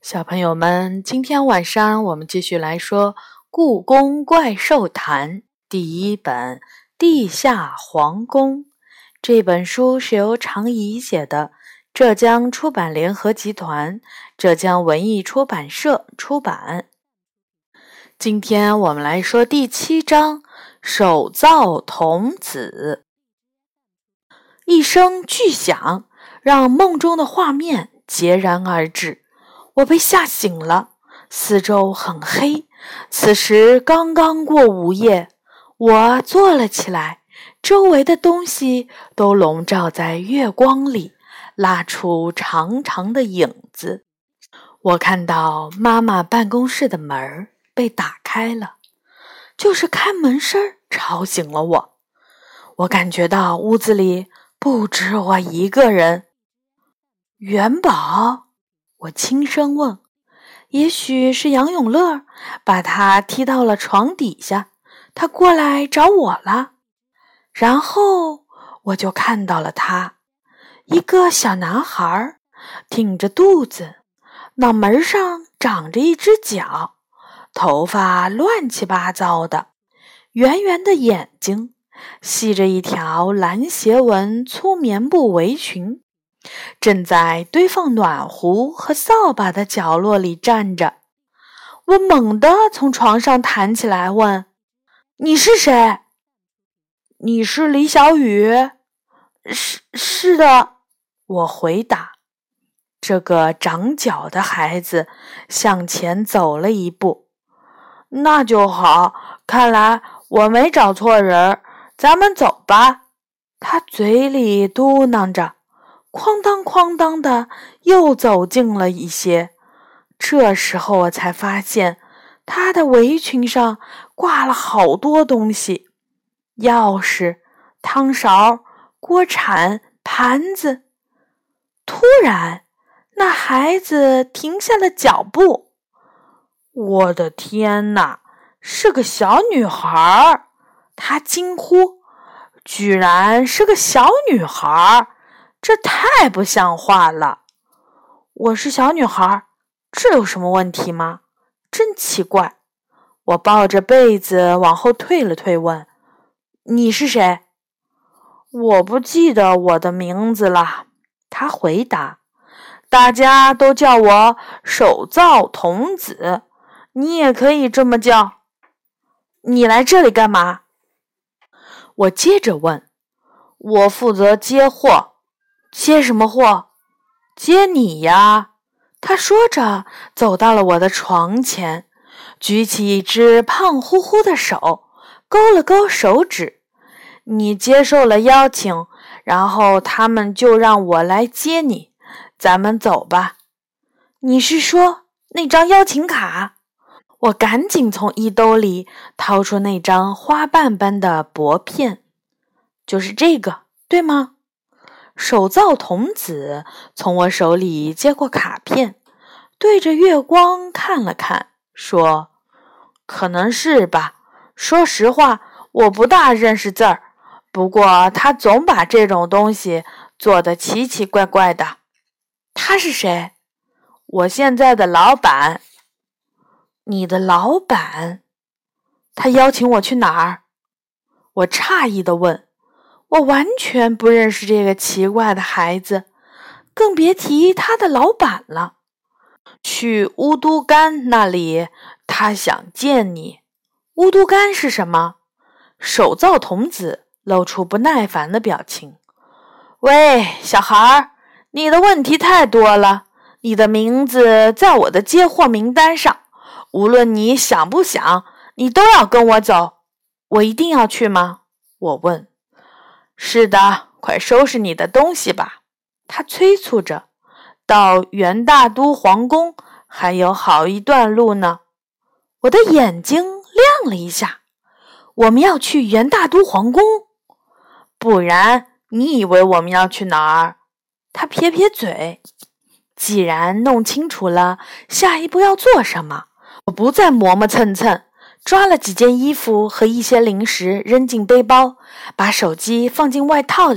小朋友们，今天晚上我们继续来说《故宫怪兽谈》第一本《地下皇宫》。这本书是由常怡写的，浙江出版联合集团、浙江文艺出版社出版。今天我们来说第7章手造童子。一声巨响，让梦中的画面截然而止。我被吓醒了，四周很黑。此时刚刚过午夜，我坐了起来，周围的东西都笼罩在月光里，拉出长长的影子。我看到妈妈办公室的门被打开了，就是开门声吵醒了我。我感觉到屋子里不止我一个人。元宝？我轻声问，也许是杨永乐把他踢到了床底下，他过来找我了。然后我就看到了他，一个小男孩，挺着肚子，脑门上长着一只角，头发乱七八糟的，圆圆的眼睛，系着一条蓝斜纹粗棉布围裙，正在堆放暖壶和扫把的角落里站着。我猛地从床上弹起来问，你是谁？你是李小雨？是的，我回答。这个长角的孩子向前走了一步。那就好，看来我没找错人，咱们走吧。他嘴里嘟囔着，哐当哐当的又走近了一些。这时候我才发现他的围裙上挂了好多东西，钥匙、汤勺、锅铲、盘子。突然，那孩子停下了脚步。我的天哪，是个小女孩！他惊呼，居然是个小女孩，这太不像话了。我是小女孩，这有什么问题吗？真奇怪。我抱着被子往后退了退，问，你是谁？我不记得我的名字了，他回答，大家都叫我手造童子，你也可以这么叫。你来这里干嘛？我接着问。我负责接货。接什么货？接你呀。他说着走到了我的床前，举起一只胖乎乎的手，勾了勾手指。你接受了邀请，然后他们就让我来接你，咱们走吧。你是说那张邀请卡？我赶紧从衣兜里掏出那张花瓣般的薄片。就是这个，对吗？手造童子从我手里接过卡片，对着月光看了看，说，可能是吧。说实话，我不大认识字儿，不过他总把这种东西做得奇奇怪怪的。他是谁？我现在的老板。你的老板？他邀请我去哪儿？我诧异地问。我完全不认识这个奇怪的孩子，更别提他的老板了。去乌都干那里，他想见你。乌都干是什么？手造童子露出不耐烦的表情。喂，小孩，你的问题太多了，你的名字在我的接货名单上，无论你想不想，你都要跟我走。我一定要去吗？我问。是的，快收拾你的东西吧，他催促着。到元大都皇宫还有好一段路呢。我的眼睛亮了一下。我们要去元大都皇宫？不然你以为我们要去哪儿？他撇撇嘴。既然弄清楚了下一步要做什么，我不再磨磨蹭蹭，抓了几件衣服和一些零食扔进背包，把手机放进外套里，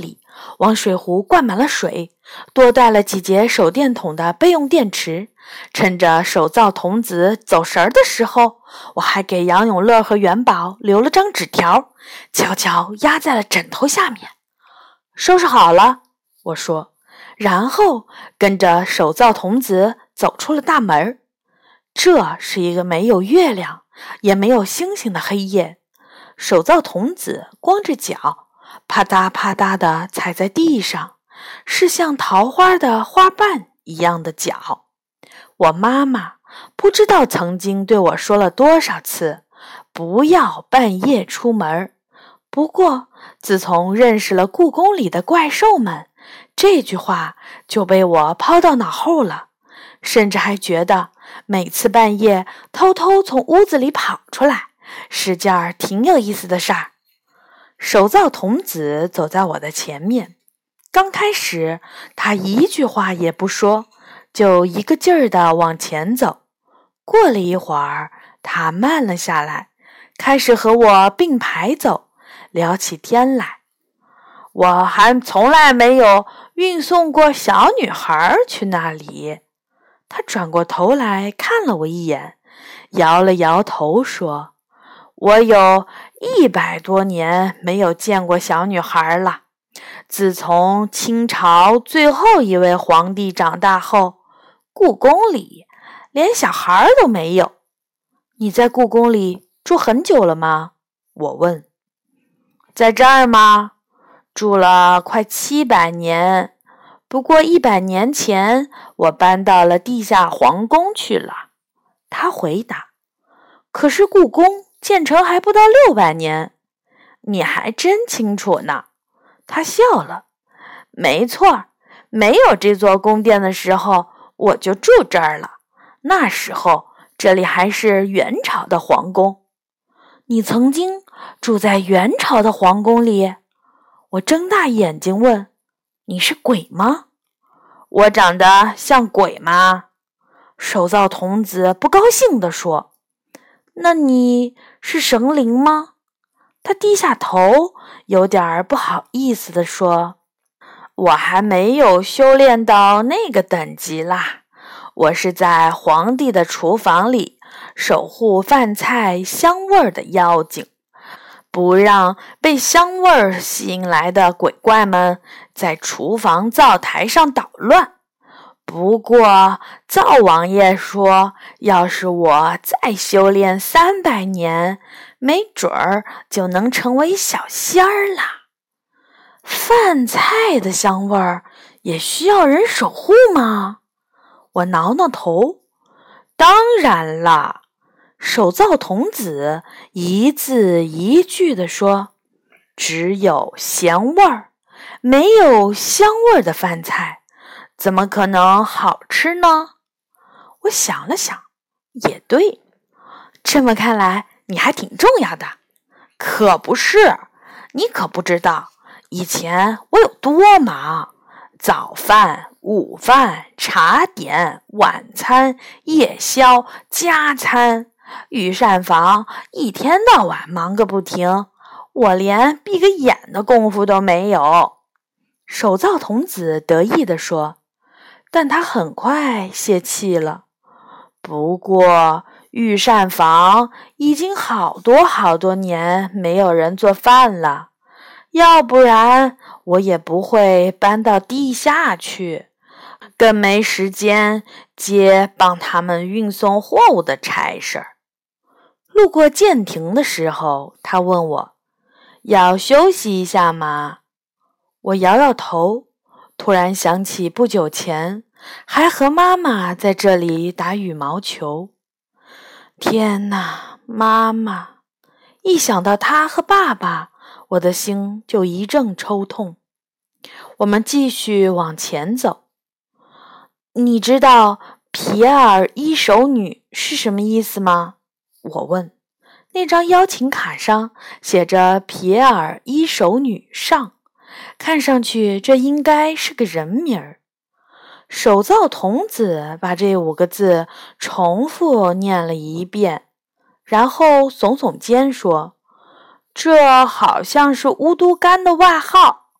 往水壶灌满了水，多带了几节手电筒的备用电池。趁着手造童子走神的时候，我还给杨永乐和元宝留了张纸条，悄悄压在了枕头下面。收拾好了，我说，然后跟着手造童子走出了大门。这是一个没有月亮也没有星星的黑夜，手造童子光着脚，啪嗒啪嗒地踩在地上，是像桃花的花瓣一样的脚。我妈妈不知道曾经对我说了多少次，不要半夜出门。不过，自从认识了故宫里的怪兽们，这句话就被我抛到脑后了，甚至还觉得每次半夜偷偷从屋子里跑出来，是件挺有意思的事儿。手造童子走在我的前面，刚开始他一句话也不说，就一个劲儿地往前走。过了一会儿，他慢了下来，开始和我并排走，聊起天来。我还从来没有运送过小女孩去那里。他转过头来看了我一眼，摇了摇头说，我有100多年没有见过小女孩了。自从清朝最后一位皇帝长大后，故宫里连小孩都没有。你在故宫里住很久了吗？我问。在这儿吗？住了快700年。不过100年前，我搬到了地下皇宫去了。他回答。可是故宫建成还不到600年。你还真清楚呢。他笑了。没错，没有这座宫殿的时候，我就住这儿了。那时候，这里还是元朝的皇宫。你曾经住在元朝的皇宫里？我睁大眼睛问，你是鬼吗？我长得像鬼吗？手造童子不高兴地说。那你是神灵吗？他低下头，有点不好意思地说，我还没有修炼到那个等级啦。我是在皇帝的厨房里守护饭菜香味的妖精，不让被香味吸引来的鬼怪们在厨房灶台上捣乱。不过灶王爷说，要是我再修炼300年，没准儿就能成为小仙儿啦。饭菜的香味儿也需要人守护吗？我挠挠头。当然啦，手造童子一字一句地说，只有咸味儿，没有香味儿的饭菜怎么可能好吃呢？我想了想，也对，这么看来你还挺重要的。可不是，你可不知道以前我有多忙，早饭、午饭、茶点、晚餐、夜宵、加餐，御膳房一天到晚忙个不停，我连闭个眼的功夫都没有。手造童子得意地说，但他很快泄气了。不过御膳房已经好多年没有人做饭了，要不然我也不会搬到地下去，更没时间接帮他们运送货物的差事。路过舰亭的时候，他问我，要休息一下吗？我摇摇头，突然想起不久前还和妈妈在这里打羽毛球。天哪，妈妈！一想到她和爸爸，我的心就一阵抽痛。我们继续往前走。你知道皮埃尔一手女是什么意思吗？我问。那张邀请卡上写着皮埃尔一手女上，看上去这应该是个人名儿。手造童子把这5个字重复念了一遍，然后耸耸肩说，这好像是乌都干的外号，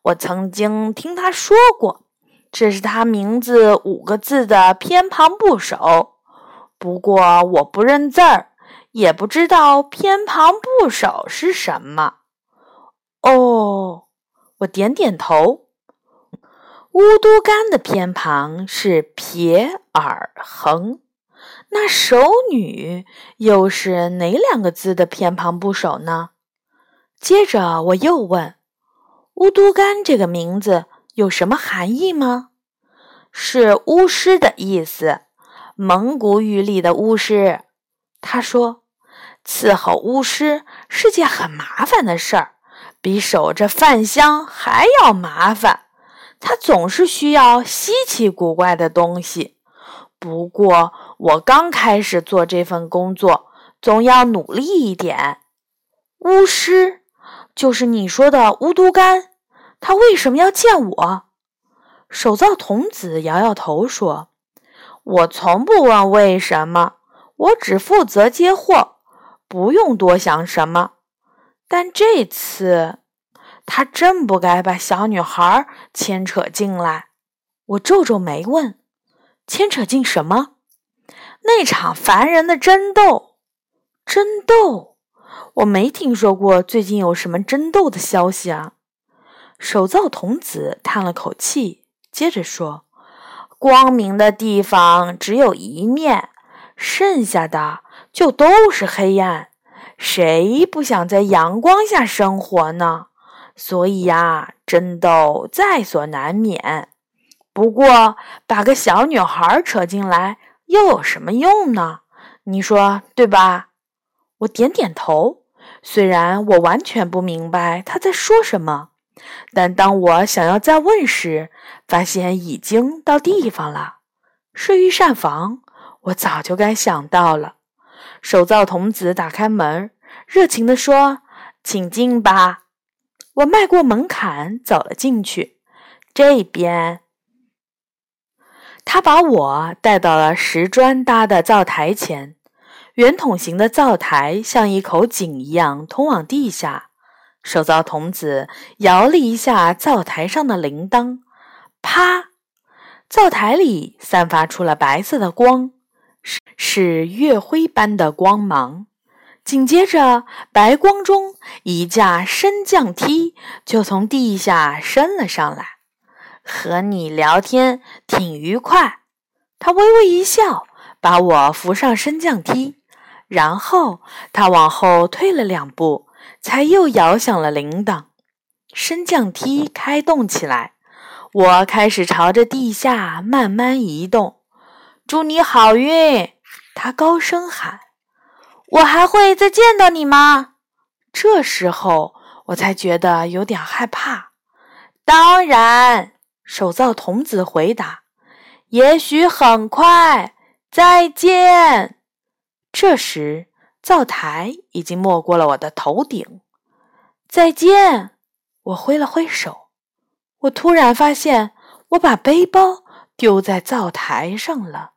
我曾经听他说过，这是他名字5个字的偏旁部首。不过我不认字儿，也不知道偏旁部首是什么。哦，我点点头。乌都干的偏旁是撇耳横，那手女又是哪2个字的偏旁部首呢？接着我又问，乌都干这个名字有什么含义吗？是巫师的意思，蒙古语里的巫师。他说，伺候巫师是件很麻烦的事儿，比守着饭箱还要麻烦。他总是需要稀奇古怪的东西。不过我刚开始做这份工作，总要努力一点。巫师，就是你说的乌都干，他为什么要见我？手造童子摇摇头说，我从不问为什么，我只负责接货，不用多想什么。但这次他真不该把小女孩牵扯进来。我皱皱眉问，牵扯进什么？那场烦人的争斗。争斗？我没听说过最近有什么争斗的消息啊。手造童子叹了口气，接着说，光明的地方只有一面，剩下的就都是黑暗。谁不想在阳光下生活呢？所以呀，争斗在所难免。不过把个小女孩扯进来又有什么用呢？你说对吧？我点点头，虽然我完全不明白他在说什么，但当我想要再问时，发现已经到地方了。睡御膳房，我早就该想到了。手造童子打开门，热情地说，请进吧。我迈过门槛走了进去，这边。他把我带到了石砖搭的灶台前，圆筒形的灶台像一口井一样通往地下。手造童子摇了一下灶台上的铃铛，啪！灶台里散发出了白色的光，是月辉般的光芒。紧接着，白光中一架升降梯就从地下升了上来。和你聊天挺愉快。他微微一笑，把我扶上升降梯，然后他往后退了2步，才又摇响了铃铛。升降梯开动起来，我开始朝着地下慢慢移动。祝你好运，他高声喊。我还会再见到你吗？这时候我才觉得有点害怕。当然，手造童子回答，也许很快，再见。这时灶台已经没过了我的头顶。再见，我挥了挥手。我突然发现我把背包丢在灶台上了。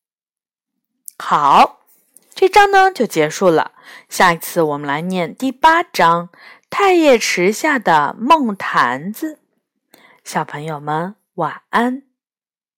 好，这章呢就结束了。下一次我们来念第8章太液池下的梦坛子。小朋友们晚安。